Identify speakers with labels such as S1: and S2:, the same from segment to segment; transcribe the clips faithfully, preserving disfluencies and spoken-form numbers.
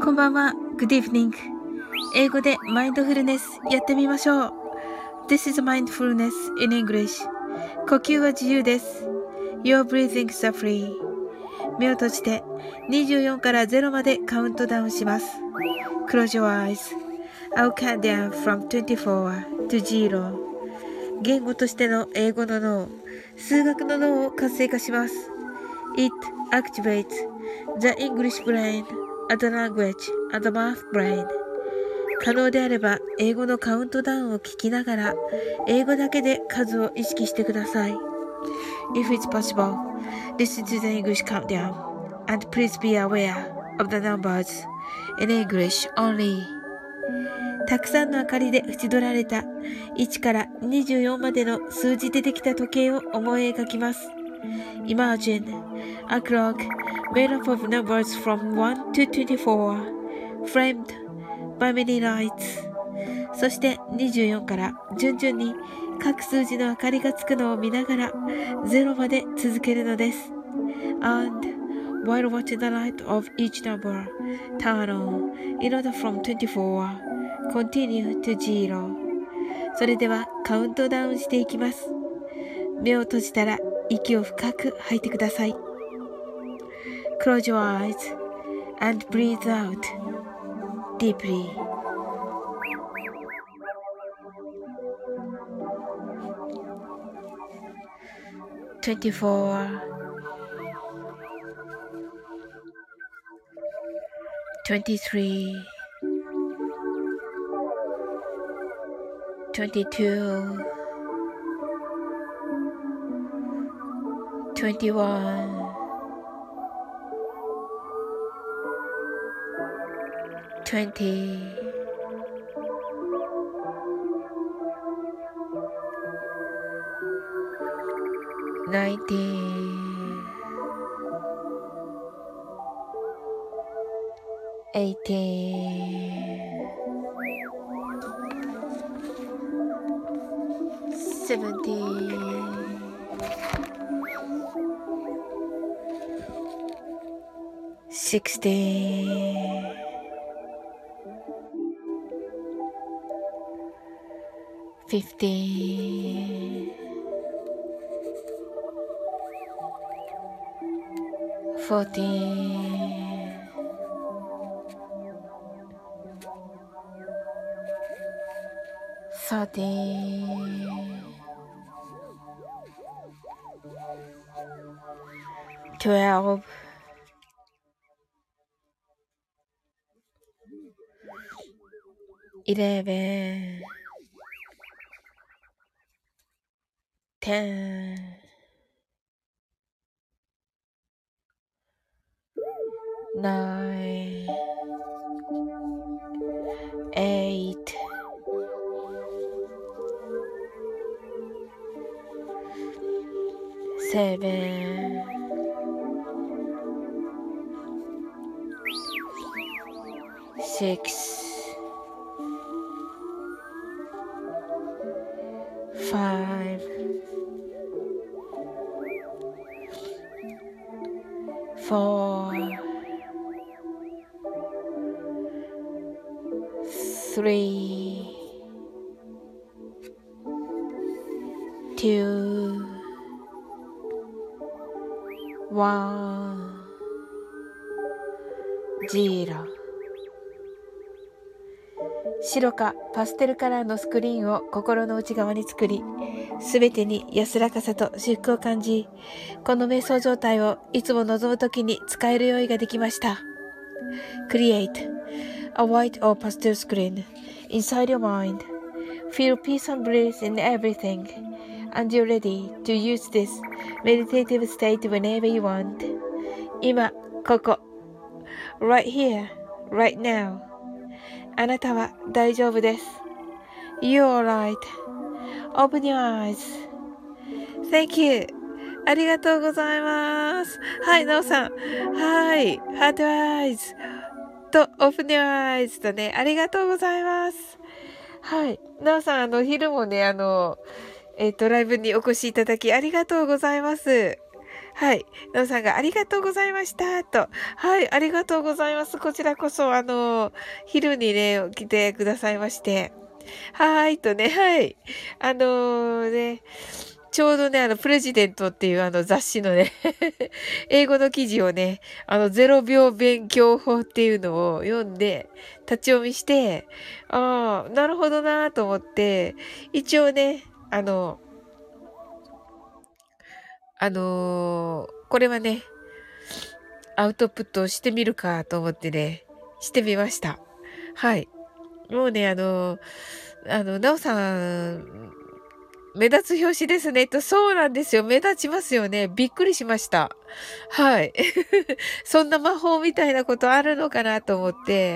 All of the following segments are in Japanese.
S1: こんばんは。Good evening. 英語でマインドフルネスやってみましょう。This is mindfulness in English. 呼吸は自由です。Your breathing is free. 目を閉じてにじゅうよんからゼロまでカウントダウンします。Close your eyes. I'll count down from twenty-four to zero. 言語としての英語の脳、数学の脳を活性化します。It activates the English brain, the language, and the math brain. 可能であれば、英語のカウントダウンを聞きながら、英語だけで数を意識してください。If it's possible, listen to the English countdown, and please be aware of the numbers in English only. たくさんの明かりで縁取られたいちからにじゅうよんまでの数字でできた時計を思い描きます。Imagine a clock made up of numbers from one to twenty-four, framed by many lights. そしてにじゅうよんから順々に各数字の明かりがつくのを見ながらゼロまで続けるのです。And while watching the light of each number turn on in order from twenty-four, continue to zero. それではカウントダウンしていきます。目を閉じたら息を深く吐いてください。Close your eyes and breathe out deeply. twenty-four, twenty-three, twenty-two, twenty-one, twenty, nineteen, eighteen, seventeen, sixteen, fifteen, fourteen, thirteen, twelve, eleven, ten, nine, eight, seven, six, five, four, three, two, one, zero。白かパステルカラーのスクリーンを心の内側に作り、すべてに安らかさと至福を感じ、この瞑想状態をいつも望むときに使える用意ができました。Create a white or pastel screen inside your mind. Feel peace and bliss in everything, and you're ready to use this meditative state whenever you want. 今、ここ。Right here, right now. あなたは大丈夫です。You're right. Open your eyes. Thank you. ありがとうございます。はい、なおさん。はい。Heart eyes と Open your eyes とね、ありがとうございます。はい。なおさん、あの、昼もね、あの、えっと、ライブにお越しいただきありがとうございます。 はい。なおさんがありがとうございました。と。はい。ありがとうございます。こちらこそ、あの、昼にね、来てくださいまして。はーい。とね、はい。あのね、ちょうどね、あの、プレジデントっていうあの雑誌のね英語の記事をね、あの、ゼロびょう勉強法っていうのを読んで、立ち読みして、ああ、なるほどなと思って、一応ね、あの、あのーこれはね、アウトプットしてみるかと思ってね、してみました。はい。もうね、あの、あの、なおさん、目立つ表紙ですね。と、そうなんですよ。目立ちますよね。びっくりしました。はい。そんな魔法みたいなことあるのかなと思って、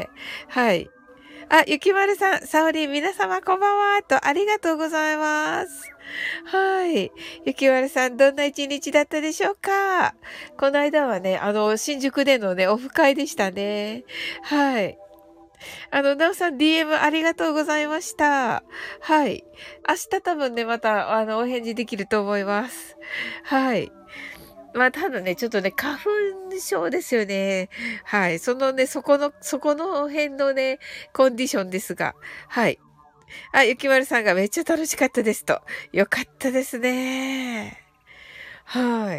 S1: はい。あ、ゆきまるさん、さおりん、皆様こんばんは、と、ありがとうございます。はい。ゆきまるさん、どんな一日だったでしょうか？この間はね、あの、新宿でのね、オフ会でしたね。はい。あの、なおさん ディーエム ありがとうございました。はい。明日多分ね、また、あの、お返事できると思います。はい。まあ、ただね、ちょっとね、花粉症ですよね。はい。そのね、そこの、そこの辺のね、コンディションですが。はい。あ、ゆきまるさんがめっちゃ楽しかったですと。よかったですね。はい。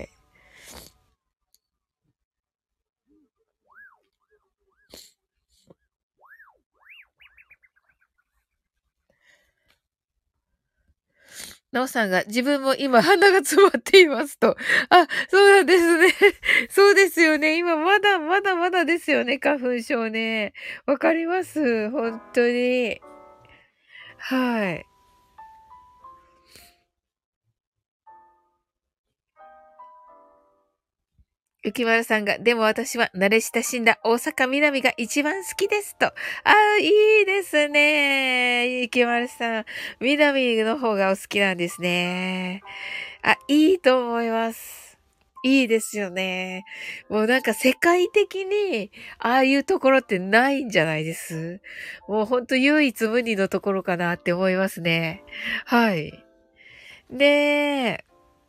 S1: なおさんが自分も今鼻が詰まっていますと。あ、そうなんですね。そうですよね。今まだまだまだですよね。花粉症ね。わかります。本当に。はい。ゆきまるさんが、でも私は慣れ親しんだ大阪南が一番好きですと。ああ、いいですね。ゆきまるさん。南の方がお好きなんですね。あ、いいと思います。いいですよね。もうなんか世界的に、ああいうところってないんじゃないです？もうほんと唯一無二のところかなって思いますね。はい。で、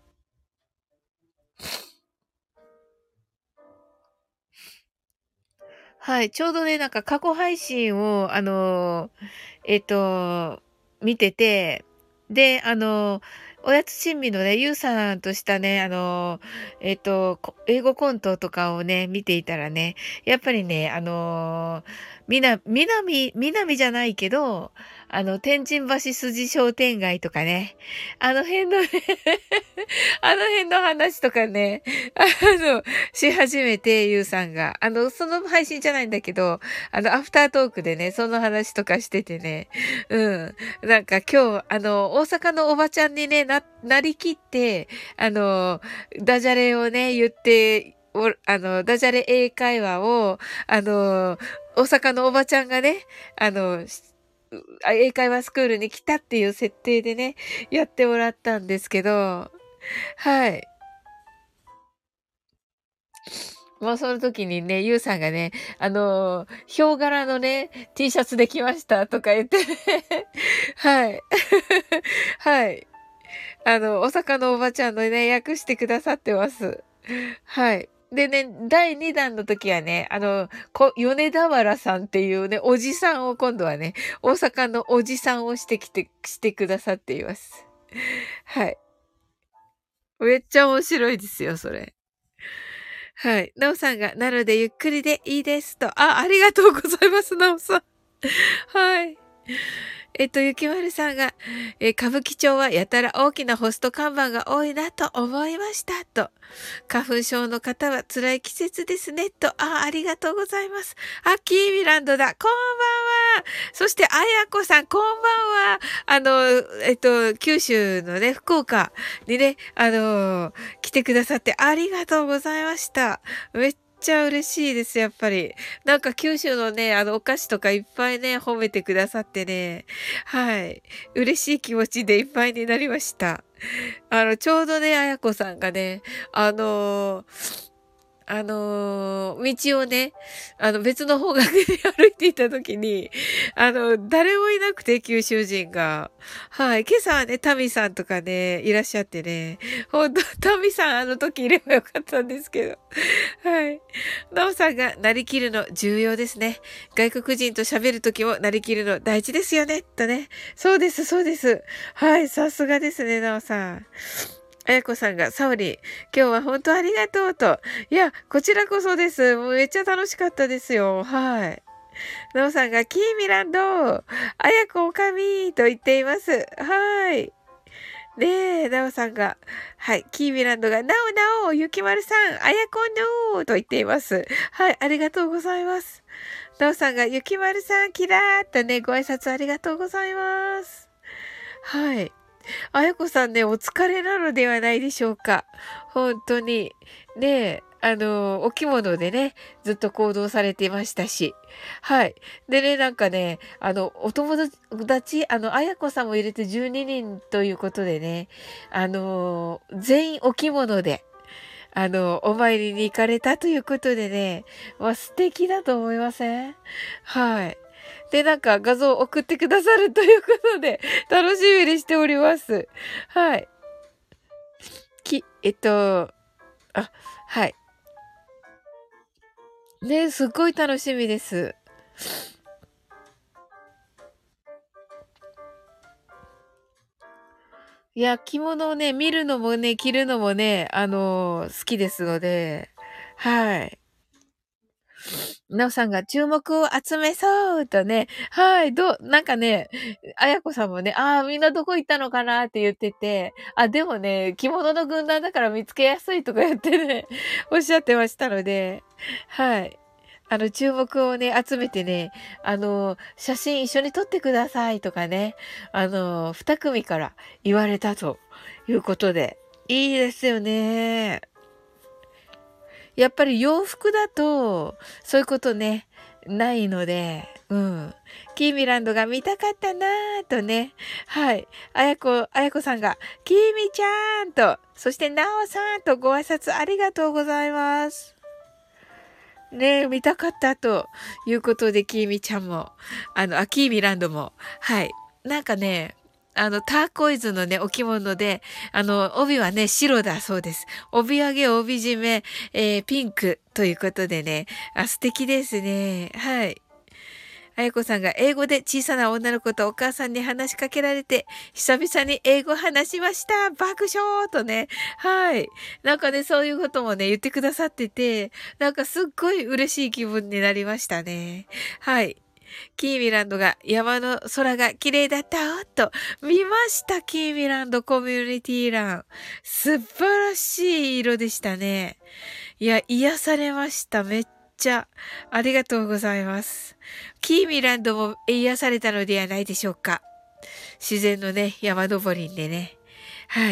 S1: はい。ちょうどね、なんか過去配信を、あの、えっと、見てて、で、あの、おやつ珍味のね、ゆうさんとしたね、あの、えっと、こ英語コントとかをね、見ていたらね、やっぱりね、あの、みな、みなみ、みなみじゃないけど、あの、天神橋筋商店街とかね、あの辺のねあの辺の話とかね、あの、し始めて、ゆうさんが。あの、その配信じゃないんだけど、あの、アフタートークでね、その話とかしててね、うん。なんか今日、あの、大阪のおばちゃんにね、な、なりきって、あの、ダジャレをね、言って、おあの、ダジャレ英会話を、あの、大阪のおばちゃんがね、あの、あ英会話スクールに来たっていう設定でね、やってもらったんですけど、はい。もうその時にね、ゆうさんがね、あのー、ヒョウ柄のね、T シャツできましたとか言ってねはい。はい。あの、お魚のおばちゃんのね、訳してくださってます。はい。でね、だいにだんの時はね、あの、こ、米田原さんっていうね、おじさんを今度はね、大阪のおじさんをしてきて、してくださっています。はい。めっちゃ面白いですよ、それ。はい。なおさんが、なのでゆっくりでいいですと。あ、ありがとうございます、なおさん。はい。えっと、ゆきまるさんが、えー歌舞伎町はやたら大きなホスト看板が多いなと思いました。と。花粉症の方は辛い季節ですね。と。あ、ありがとうございます。あ、キーミランドだ。こんばんは。そして、あやこさん、こんばんは。あの、えっと、九州のね、福岡にね、あの、来てくださってありがとうございました。めっちゃ嬉しいです、やっぱり。なんか九州のね、あの、お菓子とかいっぱいね、褒めてくださってね。はい。嬉しい気持ちでいっぱいになりました。あの、ちょうどね、あやこさんがね、あのーあのー道をね、あの、別の方角で歩いていた時に、あの、誰もいなくて、九州人が。はい。今朝はね、タミさんとかね、いらっしゃってね、ほんと、タミさんあの時いればよかったんですけど。はい。ナオさんがなりきるの重要ですね。外国人と喋る時もなりきるの大事ですよね、とね。そうです、そうです。はい、さすがですね、ナオさん。あやこさんが、サオリン、今日は本当ありがとうと。いや、こちらこそです。もうめっちゃ楽しかったですよ。はい。なおさんが、キーミランド、あやこおかみと言っています。はい。ねえ、なおさんが、はい。キーミランドが、なおなお、ゆきまるさん、あやこのと言っています。はい。ありがとうございます。なおさんが、ゆきまるさん、キラーっとね、ご挨拶ありがとうございます。はい。あやこさんね、お疲れなのではないでしょうか。本当に。ねえ、あの、お着物でね、ずっと行動されていましたし。はい。でね、なんかね、あの、お友達、あの、あやこさんも入れてじゅうににんということでね、あの、全員お着物で、あの、お参りに行かれたということでね、まあ、素敵だと思いません？はい。で、なんか画像を送ってくださるということで、楽しみにしております。はい。き、えっと、あ、はい。ね、すっごい楽しみです。いや、着物をね、見るのもね、着るのもね、あのー好きですので、はい。なおさんが注目を集めそうとね、はい、どう、なんかね、あやこさんもね、ああ、みんなどこ行ったのかなって言ってて、あ、でもね、着物の軍団だから見つけやすいとか言ってね、おっしゃってましたので、はい。あの、注目をね、集めてね、あの、写真一緒に撮ってくださいとかね、あの、二組から言われたということで、いいですよね。やっぱり洋服だと、そういうことね、ないので、うん。キーミランドが見たかったなぁとね。はい。あやこ、あやこさんが、キーミちゃんと、そしてなおさんとご挨拶ありがとうございます。ねえ、見たかったということで、キーミちゃんも、あの、あ、キーミランドも、はい。なんかね、あの、ターコイズのね、お着物で、あの、帯はね、白だそうです。帯揚げ、帯締め、えー、ピンクということでね、あ、素敵ですね。はい。あやこさんが英語で小さな女の子とお母さんに話しかけられて、久々に英語話しました。爆笑とね。はい。なんかね、そういうこともね、言ってくださってて、なんかすっごい嬉しい気分になりましたね。はい。キーミランドが山の空が綺麗だったと見ました。キーミランドコミュニティ欄。素晴らしい色でしたね。いや、癒されました。めっちゃ。ありがとうございます。キーミランドも癒されたのではないでしょうか。自然のね、山登りでね。はい。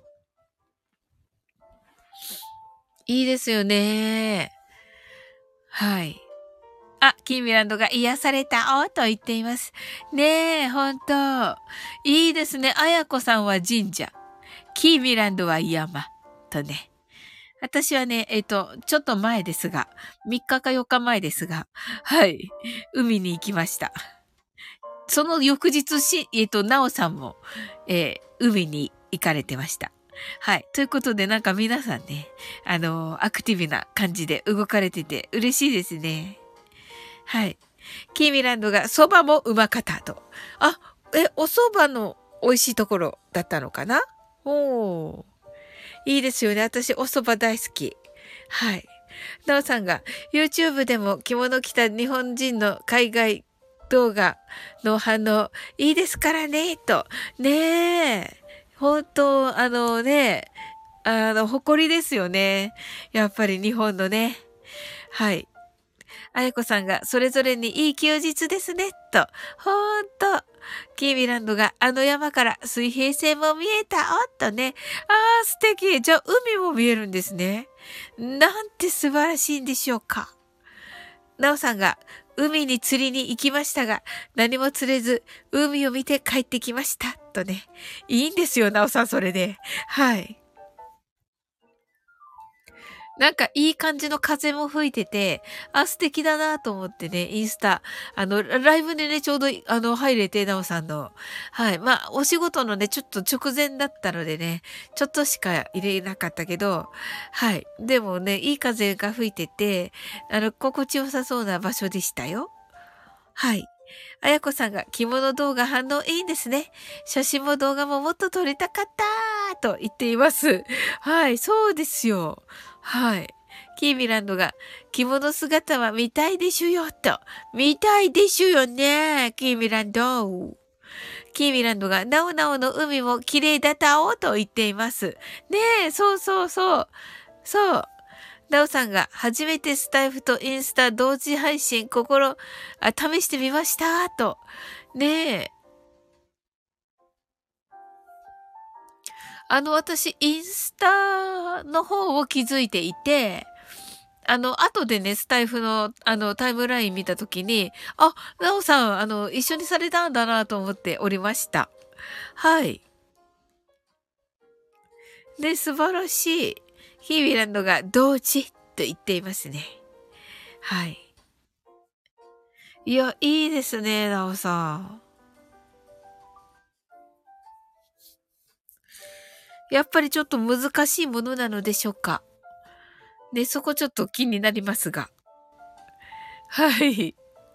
S1: いいですよね。はい。あ、キーミランドが癒されたおと言っています。ねえ、ほんと。いいですね。あやこさんは神社。キーミランドは山。とね。私はね、えっと、ちょっと前ですが、みっかかよっかまえですが、はい、海に行きました。その翌日し、えっと、なおさんも、えー海に行かれてました。はい。ということで、なんか皆さんね、あのーアクティブな感じで動かれてて嬉しいですね。はい。キーミランドが蕎麦もうまかったと。あ、え、お蕎麦の美味しいところだったのかな？おー。いいですよね。私、お蕎麦大好き。はい。なおさんが、YouTube でも着物着た日本人の海外動画の反応、いいですからね、と。ねえ。本当、あのね、あの、誇りですよね。やっぱり日本のね。はい。あやこさんが、それぞれにいい休日ですね、と。ほんと。キーミランドが、あの山から水平線も見えた、おっとね。ああ、素敵。じゃあ、海も見えるんですね。なんて素晴らしいんでしょうか。なおさんが、海に釣りに行きましたが、何も釣れず、海を見て帰ってきました。とね。いいんですよ、なおさん、それで。はい。 なんかいい感じの風も吹いてて、あ、素敵だなと思ってね、インスタ、あの、ラライブでね、ちょうど、あの、入れて、なおさんの。はい。まあ、お仕事のね、ちょっと直前だったのでね、ちょっとしか入れなかったけど、はい。でもね、いい風が吹いてて、あの、心地よさそうな場所でしたよ。はい。あやこさんが着物動画反応いいんですね。写真も動画ももっと撮りたかったと言っています。はい、そうですよ。はい。キーミランドが着物姿は見たいでしゅよと。見たいでしゅよね。キーミランド。キーミランドがなおなおの海も綺麗だったおと言っています。ねえ、そうそうそう。そう。なおさんが初めてスタイフとインスタ同時配信心、あ、試してみましたと。ねえ。あの、私、インスタの方を気づいていて、あの、後でね、スタイフの、あの、タイムライン見たときに、あ、なおさん、あの、一緒にされたんだなと思っておりました。はい。で、素晴らしい。ヒービランドが同時と言っていますね。はい。いや、いいですね、なおさん。やっぱりちょっと難しいものなのでしょうか。ね、そこちょっと気になりますが。はい。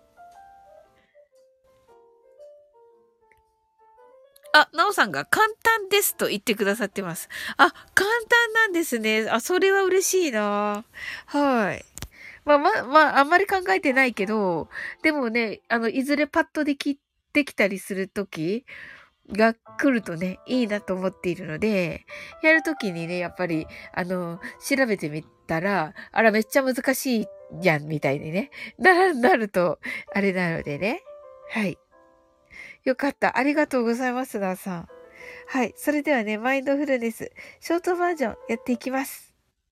S1: あ、なおさんが簡単ですと言ってくださってます。あ、簡単なんですね。あ、それは嬉しいな。はい。まあまあ、まあ、あんまり考えてないけど、でもね、あの、いずれパッとでき、できたりするときが来るとね、いいなと思っているので、やるときにね、やっぱり、あの、調べてみたら、あら、めっちゃ難しいじゃん、みたいにね、な、なると、あれなのでね。はい。よかった。ありがとうございます、なおさん。はい。それではね、マインドフルネス、ショートバージョンやっていきます。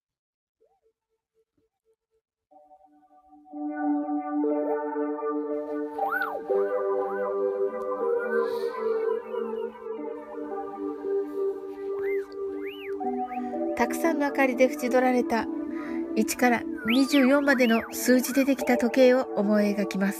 S1: たくさんの明かりで縁取られたいちからにじゅうよんまでの数字でできた時計を思い描きます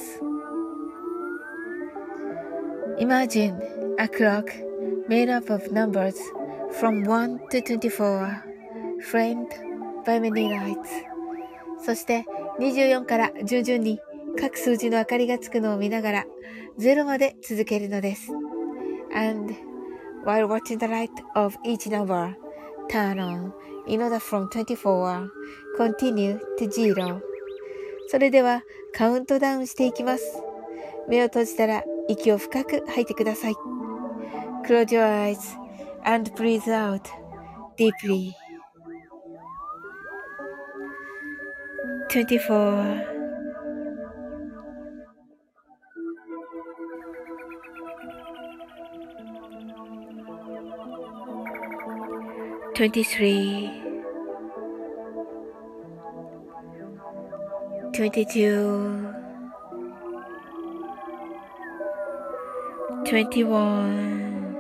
S1: 。Imagine a clock made up of numbers from one to twenty-four, framed by many lights. そしてにじゅうよんから順々に各数字の明かりがつくのを見ながらゼロまで続けるのです。And while watching the light of each number turn on in order from twenty-four, continue to zero. それではカウントダウンしていきます。目を閉じたら息を深く吐いてください。Close your eyes and breathe out deeply. twenty-four, twenty-three, twenty-two, twenty-one,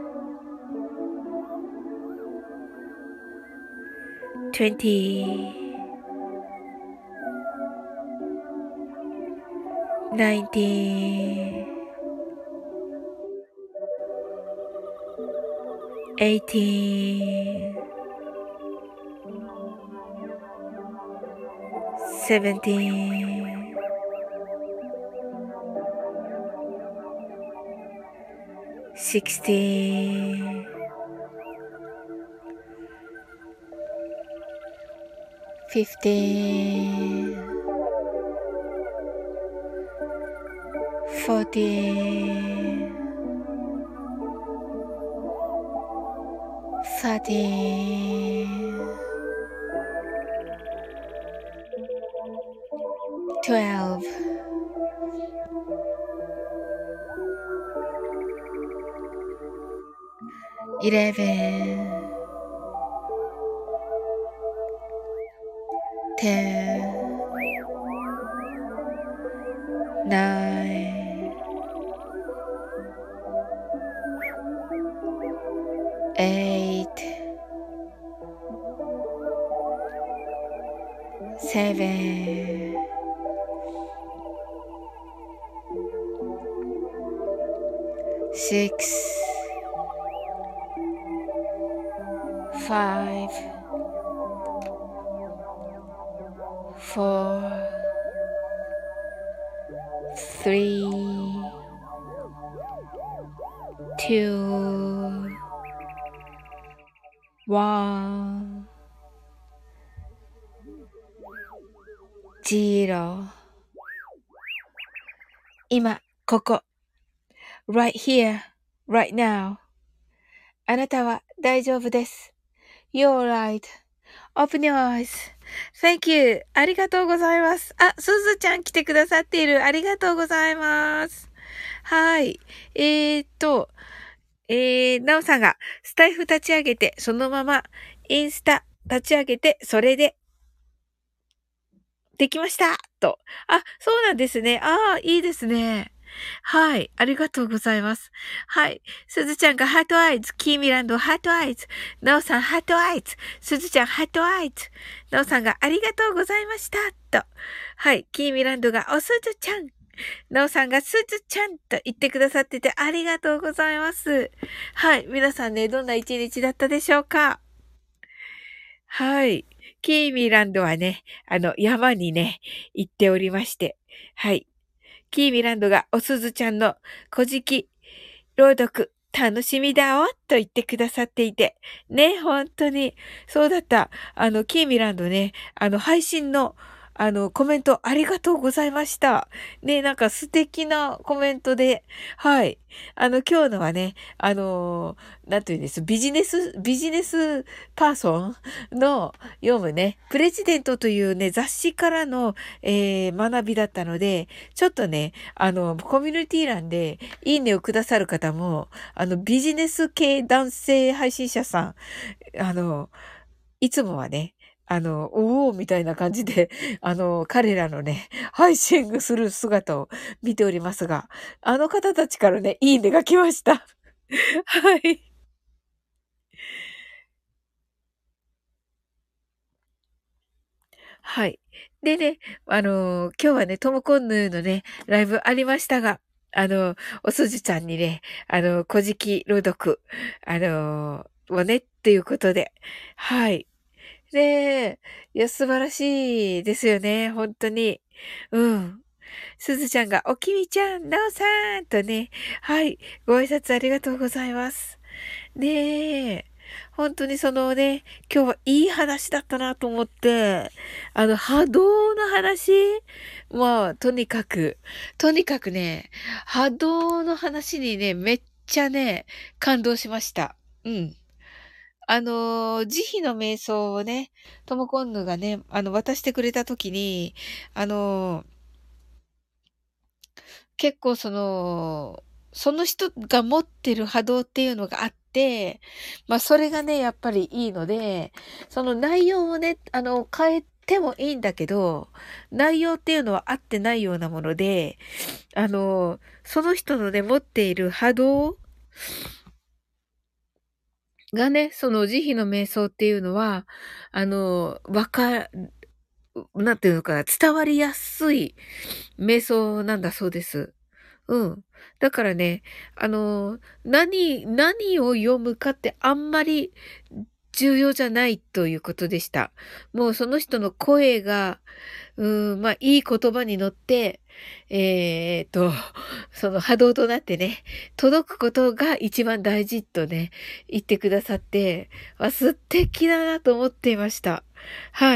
S1: twenty, nineteen, eighteen, seventeen, sixteen, fifteen, fourteen, thirteen, twelve, eleven, ten, nine, eight, seven, six, five, four, three, two, one, zero. 今、ここ。right here, right now. あなたは大丈夫です。You're right.Open your eyes. Thank you. ありがとうございます。あ、すずちゃん来てくださっている。ありがとうございます。はい。えーっと、えー、なおさんがスタイフ立ち上げて、そのままインスタ立ち上げて、それでできましたと。あ、そうなんですね。ああ、いいですね。はい。ありがとうございます。はい。すずちゃんがハートアイズ。キーミランドハートアイズ。なおさんハートアイズ。すずちゃんハートアイズ。なおさんがありがとうございました。と。はい。キーミランドがおすずちゃん。なおさんがすずちゃんと言ってくださっててありがとうございます。はい。皆さんね、どんな一日だったでしょうか？はい。キーミランドはね、あの、山にね、行っておりまして。はい。キーミランドがおすずちゃんの古事記朗読楽しみだおと言ってくださっていて。ね、本当に。そうだった。あの、キーミランドね、あの、配信の、あの、コメントありがとうございました。ね、なんか素敵なコメントで、はい。あの、今日のはね、あのー、なんていうんです、ビジネス、ビジネスパーソンの読むね、プレジデントというね、雑誌からの、えー、学びだったので、ちょっとね、あの、コミュニティ欄でいいねをくださる方も、あの、ビジネス系男性配信者さん、あの、いつもはね、あの、おおみたいな感じで、あの、彼らのね、配信する姿を見ておりますが、あの方たちからね、いいねが来ました。はい。はい。でね、あの、今日はね、トモコンヌーのね、ライブありましたが、あの、おすじちゃんにね、あの、古事記朗読、あの、をね、っていうことで、はい。で、いや、素晴らしいですよね、本当に。うん。すずちゃんが、おきみちゃん、なおさんとね、はい、ご挨拶ありがとうございます。ねえ、本当にそのね、今日はいい話だったなと思って、あの、波動の話、まあ、とにかく、とにかくね、波動の話にね、めっちゃね、感動しました。うん。あの、慈悲の瞑想をね、ともこんぬがね、あの、渡してくれたときに、あの、結構その、その人が持ってる波動っていうのがあって、まあそれがね、やっぱりいいので、その内容をね、あの、変えてもいいんだけど、内容っていうのは合ってないようなもので、あの、その人のね、持っている波動がね、その慈悲の瞑想っていうのは、あの、わか、なんていうのかな、伝わりやすい瞑想なんだそうです。うん。だからね、あの、何、何を読むかってあんまり重要じゃないということでした。もうその人の声が、うーん、まあ、いい言葉に乗って、えーっと、その波動となってね、届くことが一番大事とね、言ってくださって、あ、素敵だなと思っていました。はい。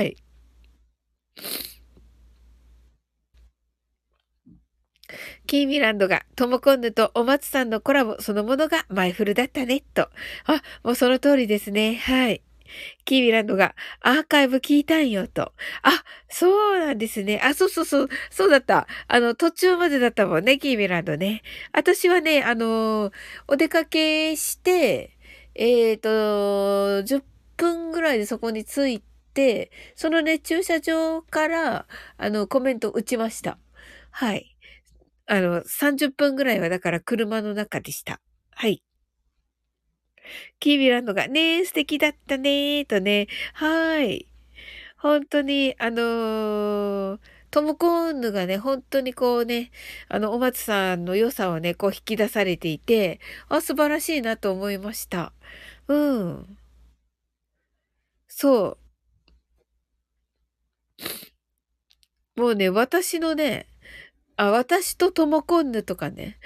S1: キーミランドが、トモコンヌとお松さんのコラボそのものがマイフルだったね、と。あ、もうその通りですね。はい。キーミランドが、アーカイブ聞いたんよ、と。あ、そうなんですね。あ、そうそうそう、そうだった。あの、途中までだったもんね、キーミランドね。私はね、あのーお出かけして、えっと、じゅっぷんぐらいでそこに着いて、そのね、駐車場から、あの、コメント打ちました。はい。あの、さんじゅっぷんぐらいはだから車の中でした。はい。キービランドが、ねえ、素敵だったねーとね。はい。 本当に、あのー、トムコーンヌがね、本当にこうね、あの、お松さんの良さをね、こう引き出されていて、あ、素晴らしいなと思いました。うん。そう。もうね、私のね、あ、私とトモコンヌとかね。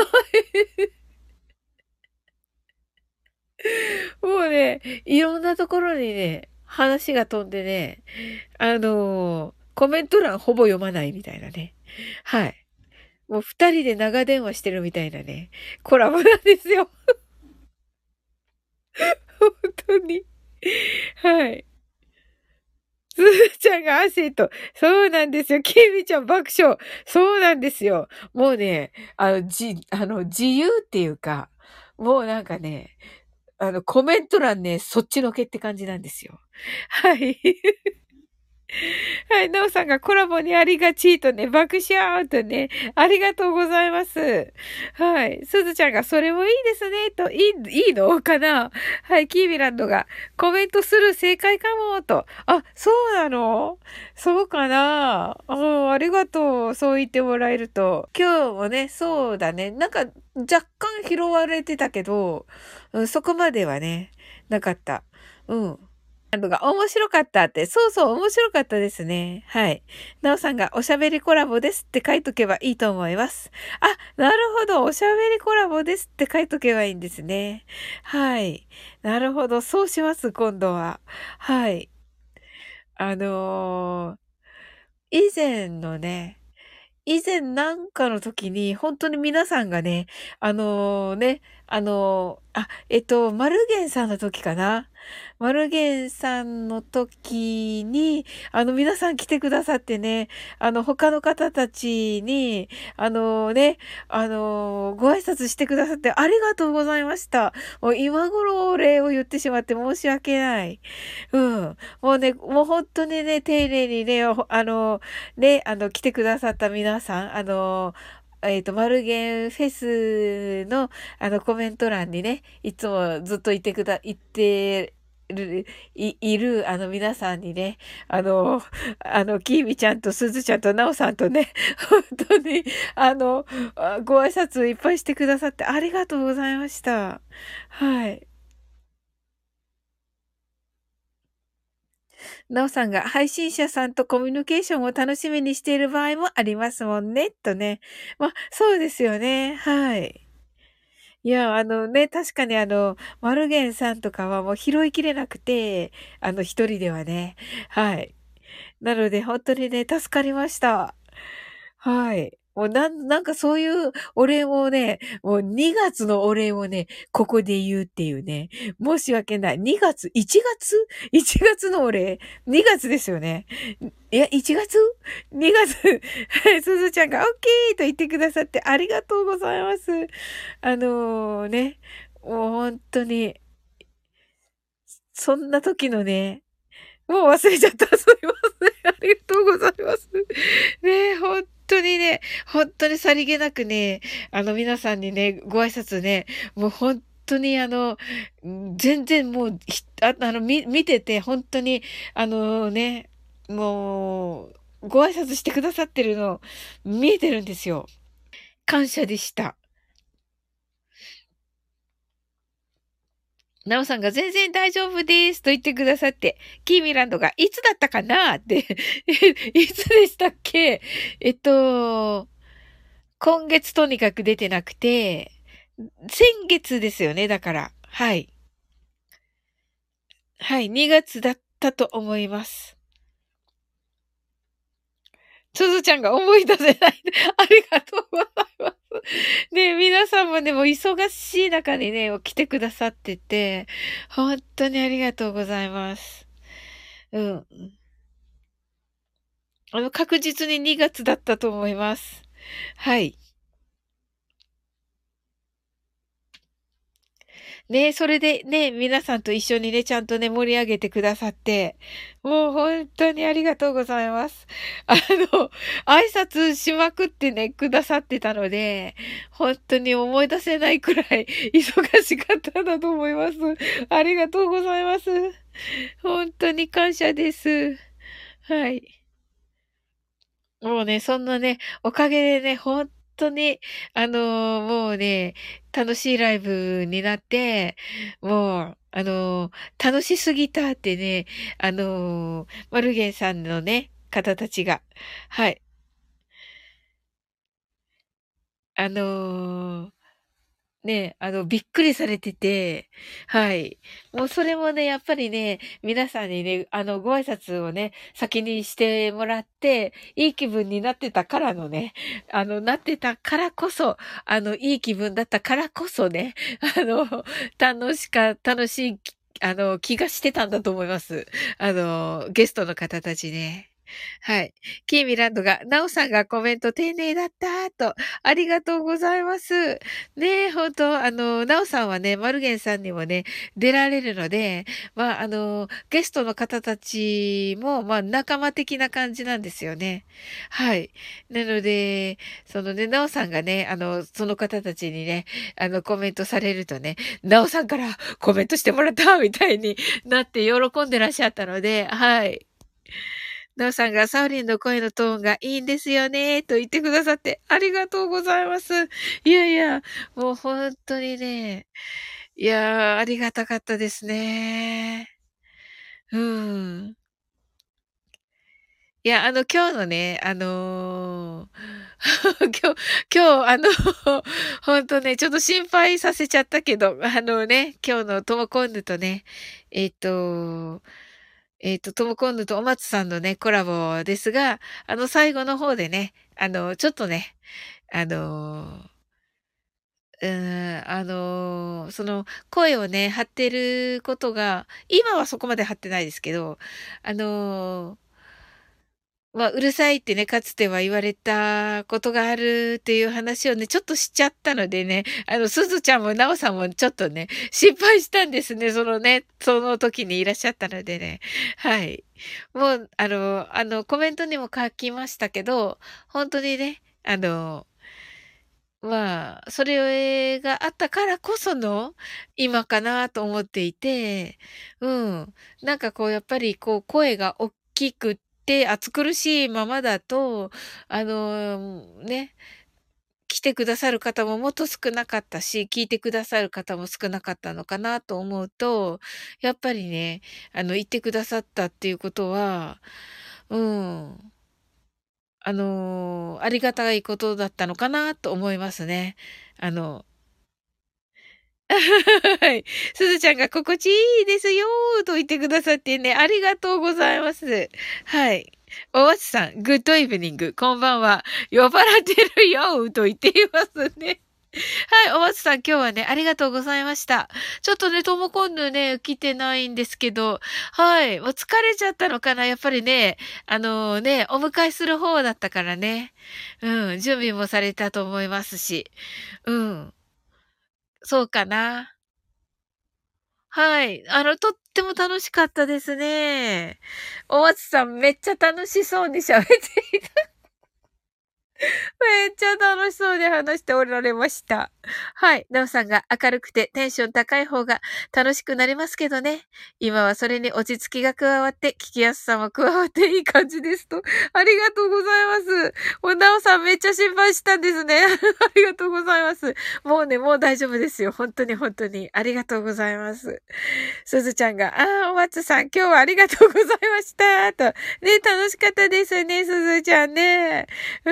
S1: もうね、いろんなところにね、話が飛んでね、あのーコメント欄ほぼ読まないみたいなね。はい。もう二人で長電話してるみたいなね、コラボなんですよ。本当に。はい。すずちゃんが汗と、そうなんですよ。きみちゃん爆笑。そうなんですよ。もうね、あの、じ、あの、自由っていうか、もうなんかね、あの、コメント欄ね、そっちのけって感じなんですよ。はい。はい、なおさんがコラボにありがちとね、爆笑とね、ありがとうございます。はい。すずちゃんがそれもいいですね、と、いい、いいのかな。はい、キービランドがコメントする正解かも、と。あ、そうなの。そうかな。うん、ありがとう。そう言ってもらえると。今日もね、そうだね。なんか、若干拾われてたけど、うん、そこまではね、なかった。うん。のが面白かったって。そうそう、面白かったですね。はい。なおさんがおしゃべりコラボですって書いとけばいいと思います。あ、なるほど。おしゃべりコラボですって書いとけばいいんですね。はい。なるほど。そうします、今度は。はい。あのー以前のね、以前なんかの時に、本当に皆さんがね、あのね、あのーあ、えっと、マルゲンさんの時かな。マルゲンさんの時に、あの、皆さん来てくださってね、あの、他の方たちに、あのね、あのご挨拶してくださってありがとうございました。もう今頃お礼を言ってしまって申し訳ない。うん。もうね、もう本当にね、丁寧にね、おあの、ね、あの、来てくださった皆さん、あの、えっと、マルゲンフェスの、あの、コメント欄にね、いつもずっといてくだ、いてる、い、いる、あの、皆さんにね、あの、あの、キーミちゃんとスズちゃんとナオさんとね、本当に、あの、あご挨拶いっぱいしてくださってありがとうございました。はい。なおさんが配信者さんとコミュニケーションを楽しみにしている場合もありますもんね、とね。まあ、そうですよね。はい。いや、あのね、確かにあの、マルゲンさんとかはもう拾いきれなくて、あの、一人ではね。はい。なので、本当にね、助かりました。はい。もうなん、なんかそういうお礼をね、もうにがつのお礼をね、ここで言うっていうね。申し訳ない。にがつ ?いち 月 ?いち 月のお礼 ?に 月ですよね。いや、いちがつ ?に 月。はい、すずちゃんがオッケーと言ってくださってありがとうございます。あのーね、もう本当に、そんな時のね、もう忘れちゃった。すいません。ありがとうございます。ねえ、本当にね、本当にさりげなくね、あの皆さんにね、ご挨拶ね、もう本当にあの、ん全然もう、ひああの、み見てて本当にあのね、もう、ご挨拶してくださってるの見えてるんですよ。感謝でした。なおさんが全然大丈夫ですと言ってくださって、キーミランドがいつだったかなっていつでしたっけ。えっと、今月とにかく出てなくて、先月ですよね、だから。はい。はい、にがつだったと思います。すずちゃんが思い出せない。ありがとうございます。ね、皆さんもね、もう忙しい中にね、来てくださってて、本当にありがとうございます。うん。あの、確実ににがつだったと思います。はい。ね、それでね、皆さんと一緒にね、ちゃんとね、盛り上げてくださって、もう本当にありがとうございます。あの、挨拶しまくってね、くださってたので、本当に思い出せないくらい忙しかったんだと思います。ありがとうございます。本当に感謝です。 はい。もうね、そんなね、おかげでね、ほんとに、あの、もうね、楽しいライブになって、もう、あの、楽しすぎたってね、あの、マルゲンさんのね、方たちが、はい、あのね、あの、びっくりされてて、はい。もうそれもね、やっぱりね、皆さんにね、あの、ご挨拶をね、先にしてもらって、いい気分になってたからのね、あの、なってたからこそ、あの、いい気分だったからこそね、あの、楽しか、楽しい、あの、気がしてたんだと思います。あの、ゲストの方たちね。はい。キーミランドが、ナオさんがコメント丁寧だったと、ありがとうございます。ねえ、ほんと、あの、なおさんはね、マルゲンさんにもね、出られるので、まあ、あの、ゲストの方たちも、まあ、仲間的な感じなんですよね。はい。なので、そのね、なおさんがね、あの、その方たちにね、あの、コメントされるとね、なおさんからコメントしてもらったみたいになって喜んでらっしゃったので、はい。なおさんがサウリンの声のトーンがいいんですよね、と言ってくださってありがとうございます。いやいや、もう本当にね、いやー、ありがたかったですね。うん。いや、あの、今日のね、あのー今日、今日、あの、ほんとね、ちょっと心配させちゃったけど、あのね、今日のトモコンヌとね、えっと、えっと、トモコンヌとお松さんのね、コラボですが、あの、最後の方でね、あの、ちょっとね、あの、うーん、あの、その、声をね、張ってることが、今はそこまで張ってないですけど、あの、まあ、うるさいってね、かつては言われたことがあるっていう話をね、ちょっとしちゃったのでね、あの、すずちゃんもなおさんもちょっとね、心配したんですね。そのね、その時にいらっしゃったのでね。はい。もう、あの、あの、コメントにも書きましたけど、本当にね、あの、まあ、それがあったからこその今かなと思っていて、うん。なんかこうやっぱりこう声が大きくって暑苦しいままだと、あの、ね、来てくださる方ももっと少なかったし、聞いてくださる方も少なかったのかなと思うと、やっぱりね、あの、言ってくださったっていうことは、うん、あの、ありがたいことだったのかなと思いますね。あの、はい。すずちゃんが心地いいですよと言ってくださってね、ありがとうございます。はい。おわつさん、グッドイブニング、こんばんは。酔っ払ってるよと言っていますね。はい、おわつさん、今日はね、ありがとうございました。ちょっとね、ともこんぬね、来てないんですけど、はい、もう疲れちゃったのかなやっぱりね、あのね、お迎えする方だったからね。うん、準備もされたと思いますし。うん、そうかな。はい。あの、とっても楽しかったですね。お松さんめっちゃ楽しそうに喋っていた。めっちゃ楽しそうに話しておられました。はい。なおさんが明るくてテンション高い方が楽しくなりますけどね。今はそれに落ち着きが加わって聞きやすさも加わっていい感じですと。ありがとうございます。もうなおさんめっちゃ心配したんですね。ありがとうございます。もうね、もう大丈夫ですよ。本当に本当に。ありがとうございます。すずちゃんが、ああ、お松さん、今日はありがとうございました。と。ね、楽しかったですね、すずちゃんね。うん。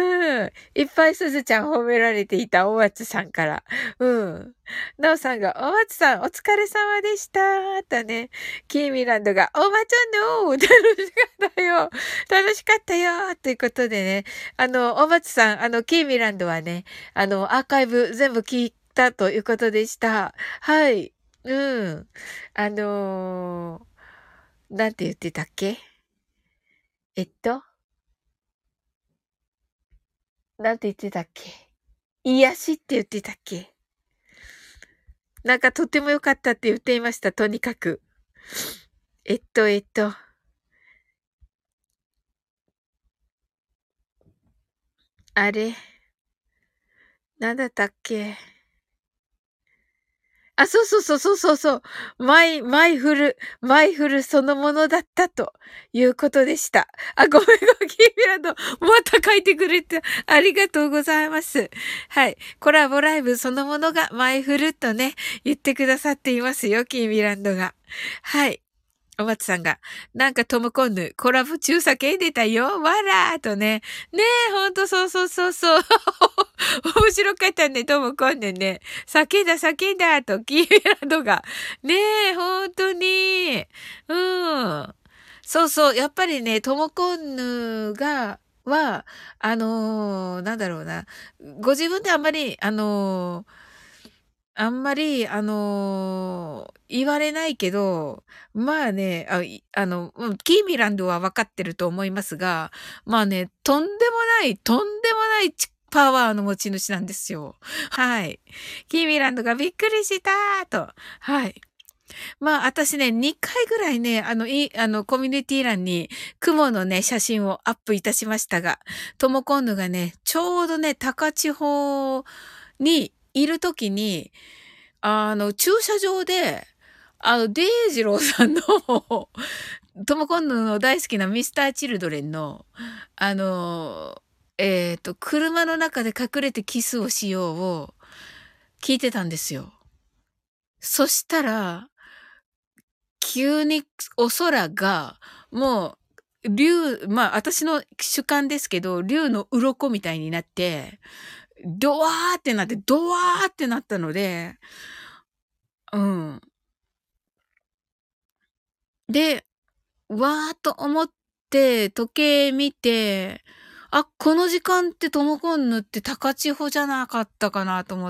S1: いっぱいすずちゃん褒められていたお松さんから。うん。なおさんが、お松さん、お疲れ様でした。とね。キーミランドが、おばちゃんの楽しかったよ。楽しかったよ。ということでね。あの、お松さん、あの、キーミランドはね、あの、アーカイブ全部聞いたということでした。はい。うん。あのー、なんて言ってたっけえっと、なんて言ってたっけ癒しって言ってたっけなんかとっても良かったって言っていました、とにかく。えっと、えっと、あれなんだったっけあ、そうそうそうそうそうそう。マイ、マイフル、マイフルそのものだったということでした。あ、ごめんごめん、キーミランド、また書いてくれてありがとうございます。はい。コラボライブそのものがマイフルとね、言ってくださっていますよ、キーミランドが。はい。お松さんが、なんかトムコンヌ、コラボ中叫んでたよ、わらーとね。ねえ、ほんとそうそうそうそう。面白かったね、トムコンヌね。叫んだ叫んだと、キーメランドが。ねえ、ほんとに。うん。そうそう、やっぱりね、トムコンヌが、は、あのーなんだろうな。ご自分であんまり、あのーあんまり、あの、言われないけど、まあね、あ、いあの、うん、キーミランドは分かってると思いますが、まあね、とんでもない、とんでもないちパワーの持ち主なんですよ。はい。キーミランドがびっくりしたと。はい。まあ、私ね、にかいぐらいね、あの、い、あの、コミュニティ欄に雲のね、写真をアップいたしましたが、ともこんぬがね、ちょうどね、高千穂にいるときに、あの、駐車場で、あの、デイジローさんのトムコンヌの大好きなミスター・チルドレンの、あの、えっと、車の中で隠れてキスをしようを聞いてたんですよ。そしたら、急にお空が、もう、竜、まあ、私の主観ですけど、竜の鱗みたいになって、ドワーってなって、ドワーってなったので、うん。で、わーっと思って、時計見て、あ、この時間ってトモコンヌって高千穂じゃなかったかなと思って、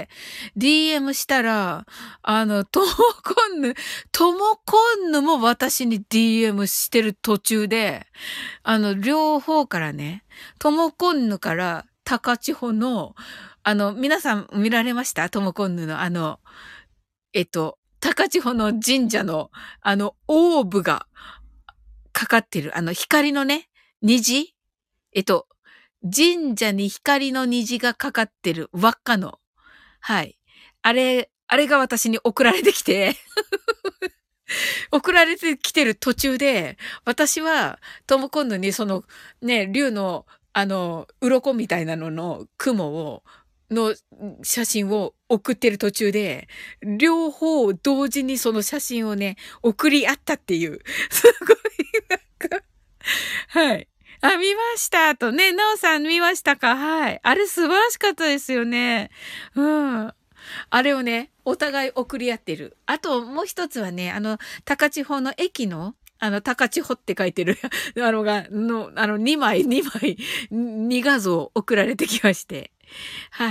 S1: ディーエム したら、あの、トモコンヌ、トモコンヌも私に ディーエム してる途中で、あの、両方からね、トモコンヌから高千穂の、あの、皆さん見られましたトモコンヌのあの、えっと、高千穂の神社の、あの、オーブがかかってる。あの、光のね、虹えっと、神社に光の虹がかかってる輪っかの。はい。あれ、あれが私に送られてきて送られてきてる途中で、私は、トムコンヌにその、ね、竜の、あの、鱗みたいなのの雲を、の写真を送ってる途中で、両方同時にその写真をね、送り合ったっていう、すごいなんか、はい。あ、見ましたとね、なおさん見ましたかはい。あれ素晴らしかったですよね。うん。あれをね、お互い送り合ってる。あと、もう一つはね、あの、高千穂の駅の、あの、高千穂って書いてる、あのが、の、あの、にまい、にまい、に画像送られてきまして。はい。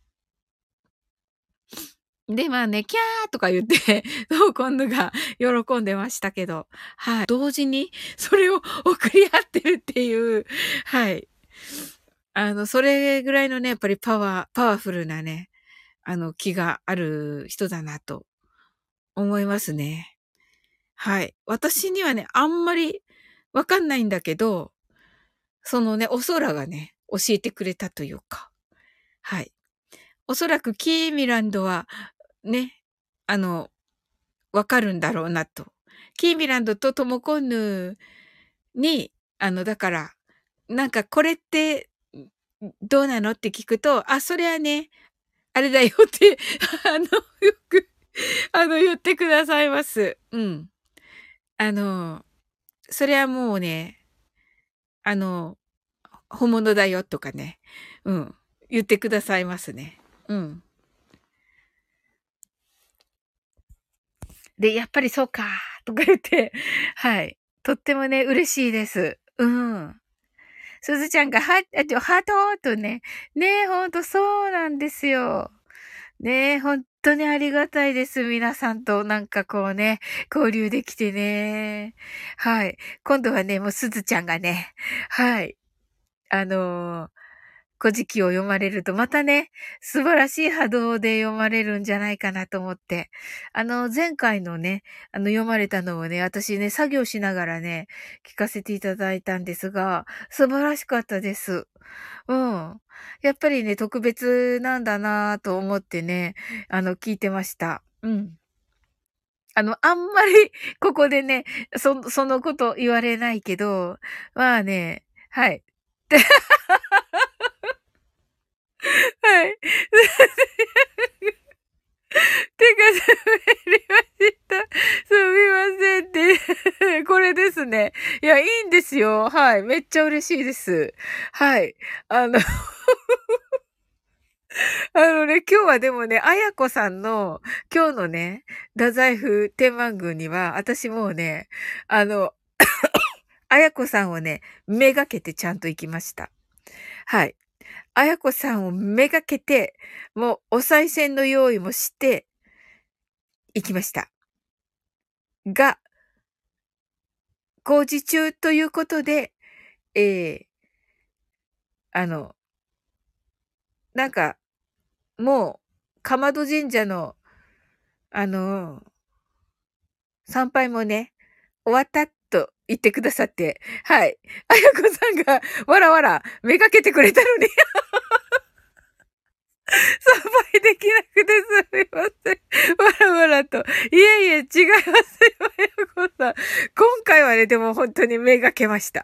S1: で、まあね、キャーとか言って、そう、今度が喜んでましたけど、はい。同時に、それを送り合ってるっていう、はい。あの、それぐらいのね、やっぱりパワー、パワフルなね、あの、気がある人だなと思いますね。はい。私にはね、あんまりわかんないんだけど、そのね、お空がね、教えてくれたというか。はい。おそらくキーミランドは、ね、あの、わかるんだろうなと。キーミランドとトモコンヌに、あの、だから、なんかこれって、どうなのって聞くと、あ、それはね、あれだよって、あの、よく、あの、言ってくださいます。うん。あの、それはもうね、あの、本物だよとかね、うん、言ってくださいますね。うん。で、やっぱりそうか、とか言って、はい。とってもね、嬉しいです。うん。すずちゃんが、は、あと、ハートとね、ねえ、ほんとそうなんですよ。ねえ、ほんとにありがたいです。皆さんとなんかこうね、交流できてね。はい。今度はね、もうすずちゃんがね、はい。あのー古事記を読まれると、またね、素晴らしい波動で読まれるんじゃないかなと思って。あの、前回のね、あの、読まれたのをね、私ね、作業しながらね、聞かせていただいたんですが、素晴らしかったです。うん。やっぱりね、特別なんだなぁと思ってね、あの、聞いてました。うん。あの、あんまりここでね、そそのこと言われないけど、まあね、はい。はい。手が滑りました。すみませんって。これですね。いや、いいんですよ。はい。めっちゃ嬉しいです。はい。あのあのね、今日はでもね、あやこさんの今日のね、太宰府天満宮には、私もうね、あの、あやこさんをね、めがけてちゃんと行きました。はい。あやこさんをめがけて、もうお賽銭の用意もして行きました。が、工事中ということで、ええあの、なんか、もう、かまど神社の、あの、参拝もね、終わったと言ってくださって、はい。あやこさんが、わらわら、めがけてくれたのに、参拝できなくてすみません。わらわらと。いえいえ、違いますよ、あやこさん。今回はね、でも本当にめがけました。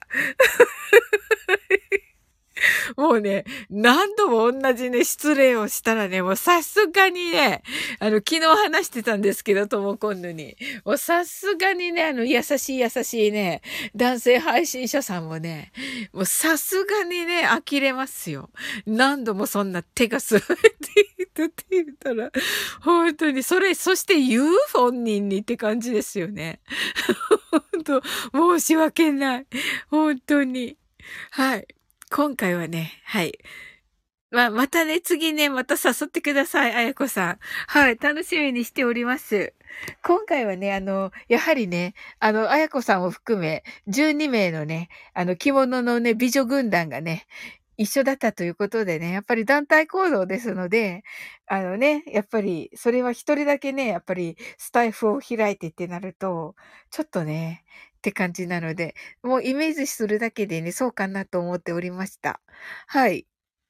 S1: もうね、何度も同じね、失礼をしたらね、もうさすがにね、あの、昨日話してたんですけど、ともこんぬに。もうさすがにね、あの、優しい優しいね、男性配信者さんもね、もうさすがにね、呆れますよ。何度もそんな手が滑っていたって言ったら、本当に、それ、そして言う本人にって感じですよね。本当、申し訳ない。本当に。はい。今回はね、はい。まあ、またね、次ね、また誘ってください、あやこさん。はい、楽しみにしております。今回はね、あの、やはりね、あの、あやこさんを含め、じゅうにめいのね、あの、着物のね、美女軍団がね、一緒だったということでね、やっぱり団体行動ですので、あのね、やっぱり、それは一人だけね、やっぱりスタイフを開いてってなると、ちょっとね、って感じなので、もうイメージするだけでね、そうかなと思っておりました。はい。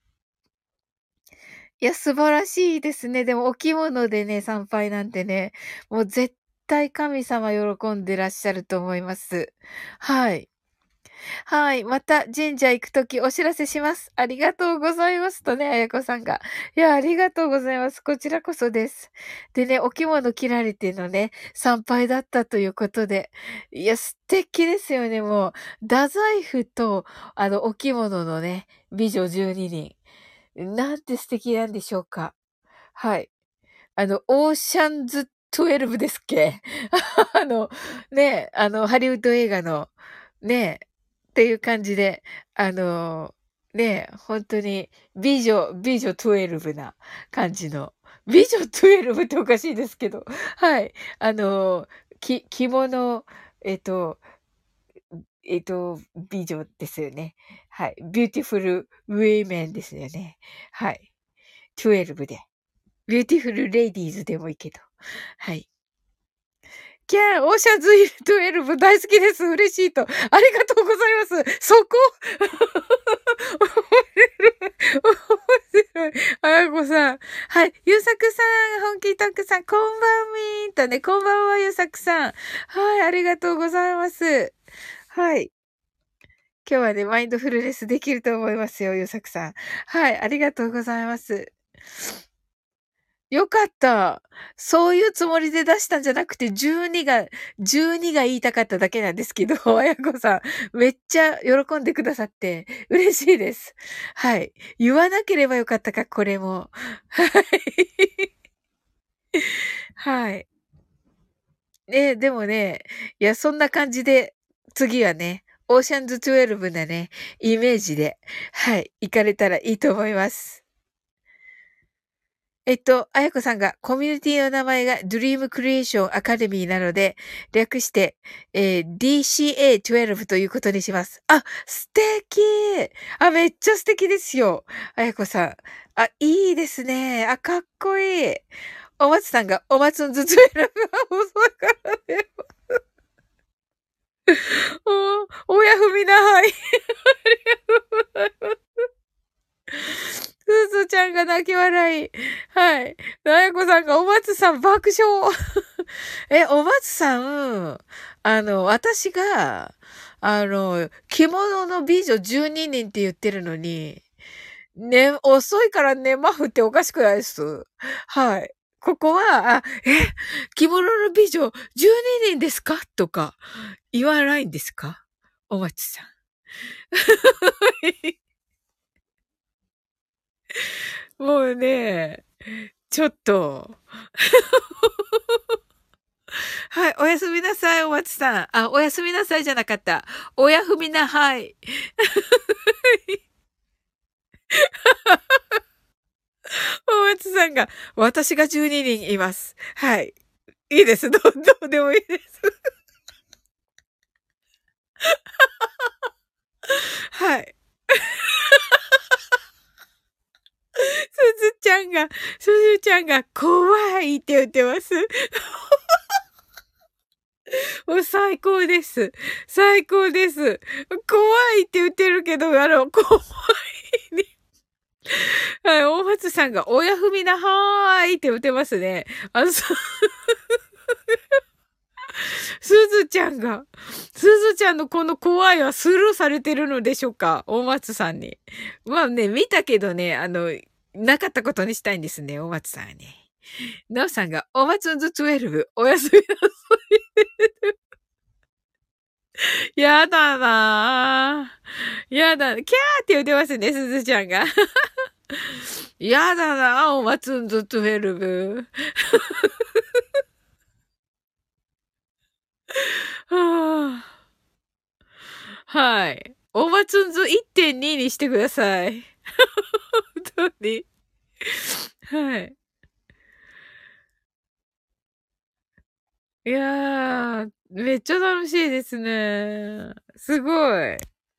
S1: いや、素晴らしいですね。でもお着物でね、参拝なんてね、もう絶対神様喜んでらっしゃると思います。はい。はい。また神社行くときお知らせします。ありがとうございますとね、あやこさんが。いや、ありがとうございます。こちらこそです。でね、お着物着られてのね、参拝だったということで。いや、素敵ですよね、もう。太宰府と、あの、お着物のね、美女じゅうににん。なんて素敵なんでしょうか。はい。あの、オーシャンズじゅうにですっけあの、ね、あの、ハリウッド映画の、ね、っていう感じで、あの、ね、本当に美女美女じゅうにな感じの。美女じゅうにっておかしいですけど、はい。あの、き着物、えっと、えっと、美女ですよね。はい。ビューティフルウェイメンですよね。はい。じゅうにで。ビューティフルレイディーズでもいいけど。はい。キャー、オーシャンズじゅうに大好きです。嬉しいと。ありがとうございます。そこ面白い。あやこさん。はい。ゆうさくさん、本気タクさん、こんばんみーとね、こんばんは、ゆうさくさん。はい、ありがとうございます。はい。今日はね、マインドフルネスできると思いますよ、ゆうさくさん。はい、ありがとうございます。よかった。そういうつもりで出したんじゃなくて、じゅうにが、じゅうにが言いたかっただけなんですけど、あやこさん、めっちゃ喜んでくださって嬉しいです。はい。言わなければよかったか、これも。はい。はい。ね、でもね、いや、そんな感じで、次はね、オーシャンズじゅうになね、イメージで、はい、行かれたらいいと思います。 えっと、あやこさんが、コミュニティの名前が Dream Creation Academy なので、略して、えー ディーシーエーじゅうに ということにします。あ、素敵あ、めっちゃ素敵ですよ。あやこさん。あ、いいですね。あ、かっこいい。お松さんが、お松の頭痛選ぶは遅いからね。お、親踏みな、はい。すずちゃんが泣き笑い。はい。なやこさんが、お松さん爆笑。え、お松さん、あの、私が、あの、着物の美女じゅうににんって言ってるのに、ね、遅いからね、マフっておかしくないです。はい。ここは、あ、え、着物の美女じゅうににんですかとか言わないんですかお松さん。もうね、ちょっと。はい、おやすみなさい、お松さん。あ、おやすみなさいじゃなかった。おやふみな、はい。お松さんが、私がじゅうににんいます。はい。いいです。どう、どうでもいいです。はい。すずちゃんが、すずちゃんが、怖いって言ってます。もう最高です。最高です。怖いって言ってるけど、あの、怖いに。はい、大松さんが、親踏みなはーいって言ってますね。あの、すすずちゃんが、すずちゃんのこの怖いはスルーされてるのでしょうか大松さんに。まあね、見たけどね、あの、なかったことにしたいんですね、大松さんはね。なおさんが、お松ずじゅうに、おやすみなさい。やだなぁ。やだ。キャーって言ってますね、すずちゃんが。やだなぁ、お松んずじゅうに。はあ、はい。お松んずいってんに にしてください。本当に。はい。いやー、めっちゃ楽しいですね。すごい。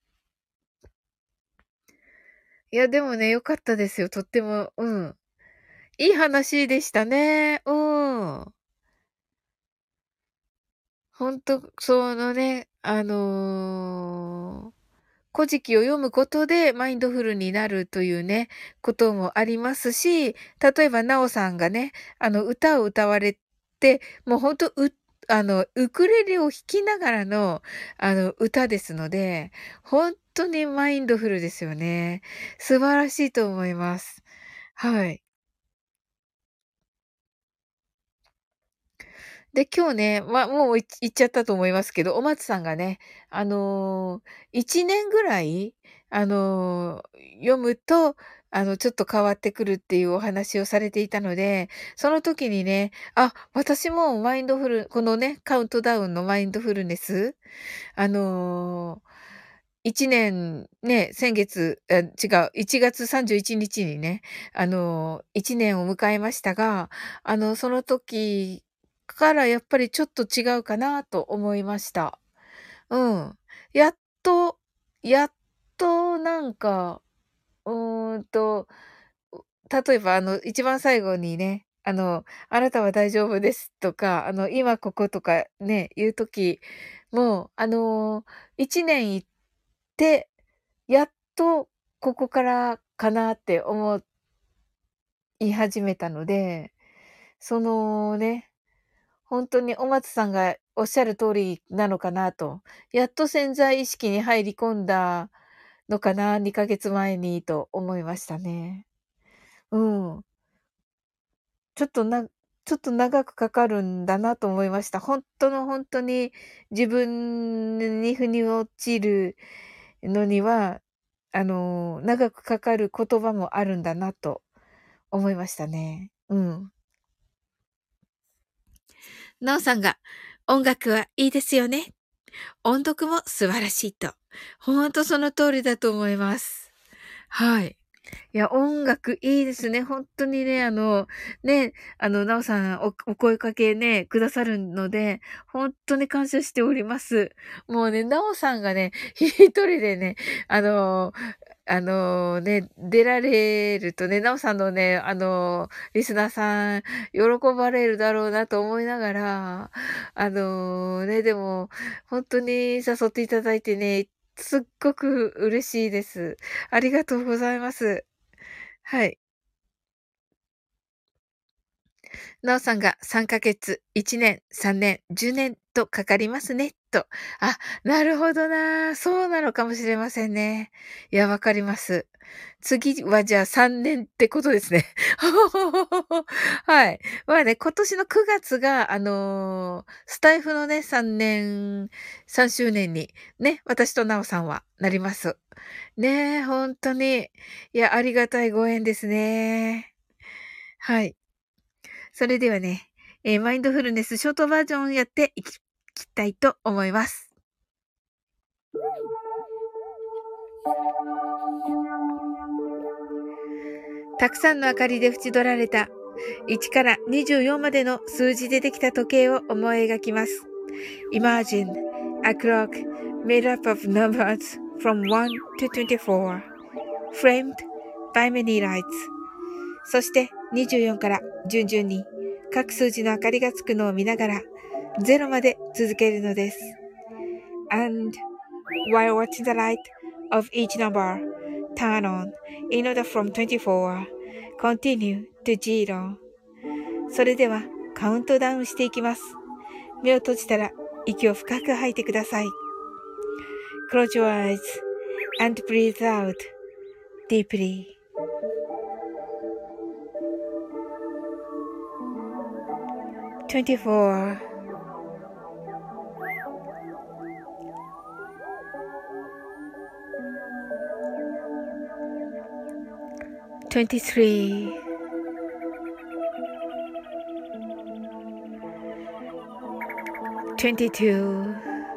S1: いや、でもね、良かったですよ。とっても。うん。いい話でしたね。うん。ほんと、そのね、あのー古事記を読むことでマインドフルになるというね、こともありますし、例えば、なおさんがね、あの、歌を歌われて、もうほんと、うあの、ウクレレを弾きながらの、あの、歌ですので、ほんとにマインドフルですよね。素晴らしいと思います。はい。で、今日ね、ま、もうい言っちゃったと思いますけど、お松さんがね、あの、いちねんぐらい、あの、読むと、あの、ちょっと変わってくるっていうお話をされていたので、その時にね、あ、私もマインドフルこのね、カウントダウンのマインドフルネス、あの、いちねんね、先月、あ、違う、いちがつさんじゅういちにちにね、あの、いちねんを迎えましたが、あの、その時からやっぱりちょっと違うかなと思いました。うん。やっとやっとなんか、うーんと、例えばあの、一番最後にね、あの、あなたは大丈夫ですとか、あの、今こことかね、言う時も、あの、いちねん行って、やっとここからかなって思い始めたので、そのね、ほんとにお松さんがおっしゃる通りなのかなと。やっと潜在意識に入り込んだのかな、にかげつまえにと思いましたね。うん。ちょっとなちょっと長くかかるんだなと思いました。ほんとのほんとに自分に腑に落ちるのには、あの、長くかかる言葉もあるんだなと思いましたね。うん。なおさんが、音楽はいいですよね。音読も素晴らしいと。ほんとその通りだと思います。はい。 いや、音楽いいですね。本当にね、あの、ね、あの、なおさんお、お声かけね、くださるので、本当に感謝しております。もうね、なおさんがね、一人でね、あの、あのね、出られるとね、なおさんのね、あの、リスナーさん、喜ばれるだろうなと思いながら、あのね、でも、本当に誘っていただいてね、すっごく嬉しいです。ありがとうございます。はい。なおさんがさんかげつ、いちねん、さんねん、じゅうねんとかかりますね、と。あ、なるほどな。そうなのかもしれませんね。いや、わかります。次はじゃあさんねんってことですね。はい。まあね、今年のくがつが、あのースタイフのね、さんねん、さんしゅうねんに、ね、私となおさんはなります。ねえ、ほんとに。いや、ありがたいご縁ですね。はい。それではね、えーマインドフルネスショートバージョンやっていききたいと思います。たくさんの明かりで縁取られたいちからにじゅうよんまでの数字でできた時計を思い描きます。Imagine a clock made up of numbers from one to twenty-four, framed by many lights. そしてにじゅうよんから順々に各数字の明かりがつくのを見ながらゼロまで続けるのです。And while watching the light of each number turn on in order from twenty-four, continue to zero. それではカウントダウンしていきます。目を閉じたら息を深く吐いてください。Close your eyes and breathe out deeply. twenty-four, twenty-three, twenty-two,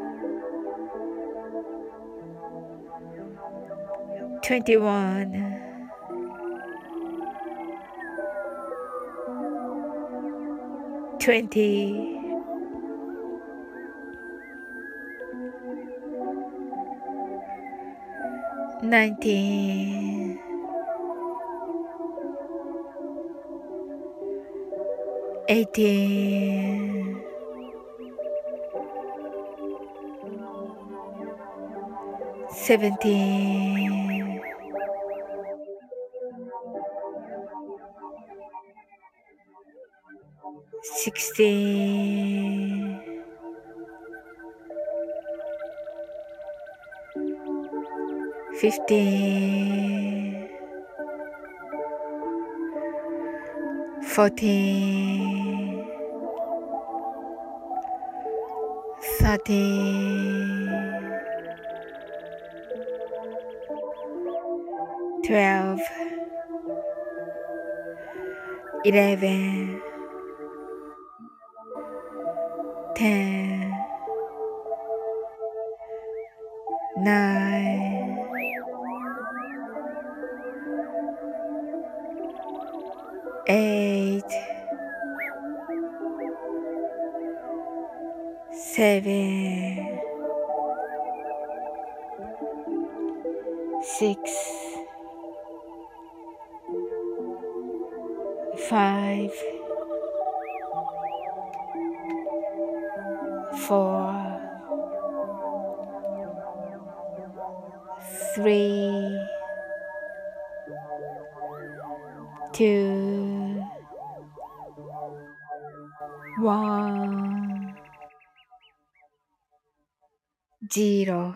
S1: twenty-one, twenty, nineteen, eighteen, seventeen, sixteen, fifteen, fourteen, thirteen, twelve, eleven, ten, nine, eight, seven, six, five, four, three, two, one, zero.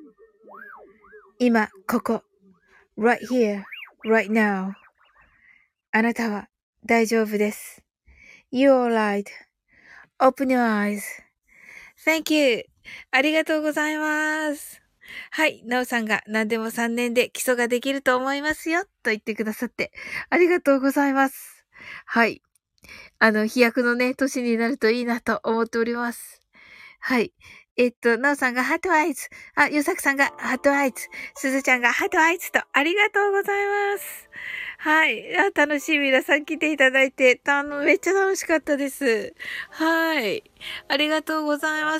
S1: 今、ここ。right here, right now. あなたは大丈夫です。You're alright.Open your eyes.Thank you. ありがとうございます。はい。なおさんが何でもさんねんで基礎ができると思いますよ。と言ってくださって。ありがとうございます。はい。あの、飛躍のね、年になるといいなと思っております。 はい。えっと、なおさんがハートアイズ。あ、ゆうさくさんがハートアイズ。すずちゃんがハートアイズと、ありがとうございます。はい。あ、楽しい。皆さん来ていただいて、あの、めっちゃ楽しかったです。はい。ありがとうございます。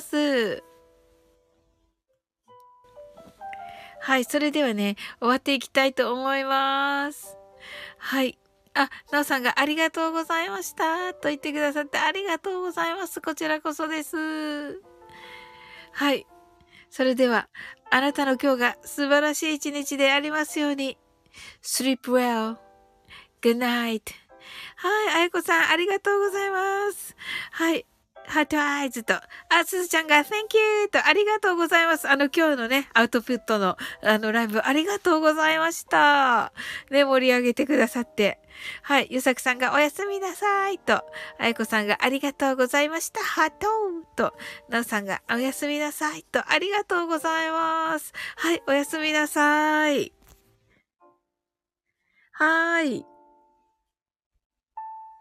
S1: はい。それではね、終わっていきたいと思います。はい。あ、なおさんがありがとうございました。と言ってくださってありがとうございます。こちらこそです。はい。それでは、あなたの今日が素晴らしい一日でありますように。sleep well.good night. はい、あやこさん、ありがとうございます。はい。ハートアイズと、あ、すずちゃんが Thank you とありがとうございます。あの今日のね、アウトプットのあのライブありがとうございました。ね、盛り上げてくださって。はい、ゆさくさんがおやすみなさいと、あやこさんがありがとうございました。ハートと、なおさんがおやすみなさいとありがとうございます。はい、おやすみなさい。はーい。